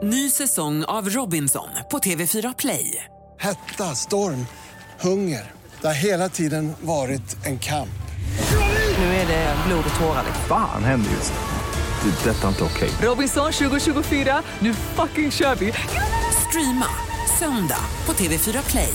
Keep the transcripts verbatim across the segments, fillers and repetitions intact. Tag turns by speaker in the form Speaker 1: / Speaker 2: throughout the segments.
Speaker 1: Ny säsong av Robinson på T V fyra Play.
Speaker 2: Hetta, storm, hunger. Det har hela tiden varit en kamp.
Speaker 1: Nu är det blod och tårar.
Speaker 3: Fan händer just det. Det är detta inte okej.
Speaker 1: Robinson tjugo tjugofyra, nu fucking kör vi. Streama söndag på T V fyra Play.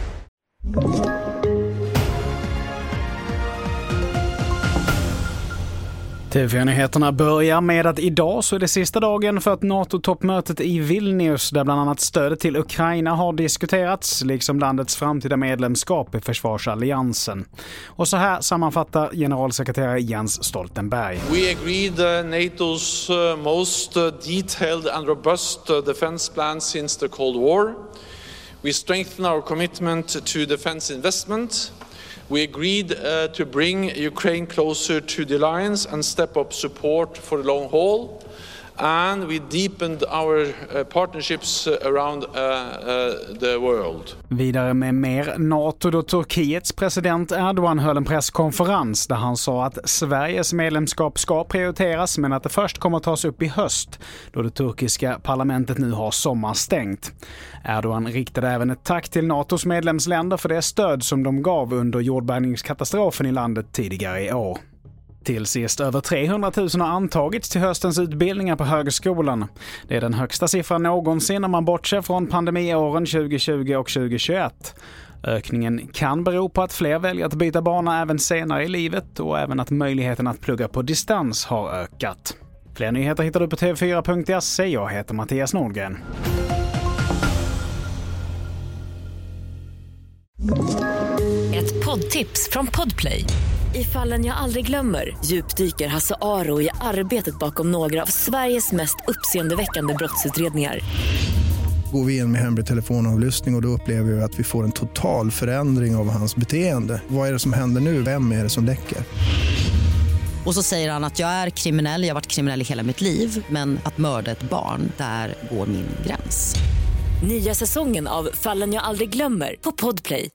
Speaker 4: T V fyra-nyheterna börjar med att idag så är det sista dagen för att NATO-toppmötet i Vilnius, där bland annat stödet till Ukraina har diskuterats, liksom landets framtida medlemskap i försvarsalliansen. Och så här sammanfattar generalsekreterare Jens Stoltenberg.
Speaker 5: We agreed uh, NATO's uh, most uh, detailed and robust uh, defense plan since the Cold War. We strengthen our commitment to defense investment. We agreed uh, to bring Ukraine closer to the alliance and step up support for the long haul. And we deepened our uh, partnerships around uh, uh, the world.
Speaker 4: Vidare med mer NATO då Turkiets president Erdogan höll en presskonferens där han sa att Sveriges medlemskap ska prioriteras, men att det först kommer att tas upp i höst då det turkiska parlamentet nu har sommarstängt. Erdogan riktade även ett tack till NATOs medlemsländer för det stöd som de gav under jordbävningskatastrofen i landet tidigare i år. Till sist, över trehundratusen har antagits till höstens utbildningar på högskolan. Det är den högsta siffran någonsin om man bortser från pandemiåren tjugo tjugo och tjugo tjugoett. Ökningen kan bero på att fler väljer att byta bana även senare i livet och även att möjligheten att plugga på distans har ökat. Fler nyheter hittar du på t v fyra punkt se. Jag heter Mattias Nordgren.
Speaker 6: Ett poddtips från Podplay. I Fallen jag aldrig glömmer djupdyker Hasse Aro i arbetet bakom några av Sveriges mest uppseendeväckande brottsutredningar.
Speaker 7: Går vi in med hemlig telefonavlyssning och då upplever vi att vi får en total förändring av hans beteende. Vad är det som händer nu? Vem är det som läcker?
Speaker 8: Och så säger han att jag är kriminell, jag har varit kriminell i hela mitt liv. Men att mörda ett barn, där går min gräns.
Speaker 6: Nya säsongen av Fallen jag aldrig glömmer på Podplay.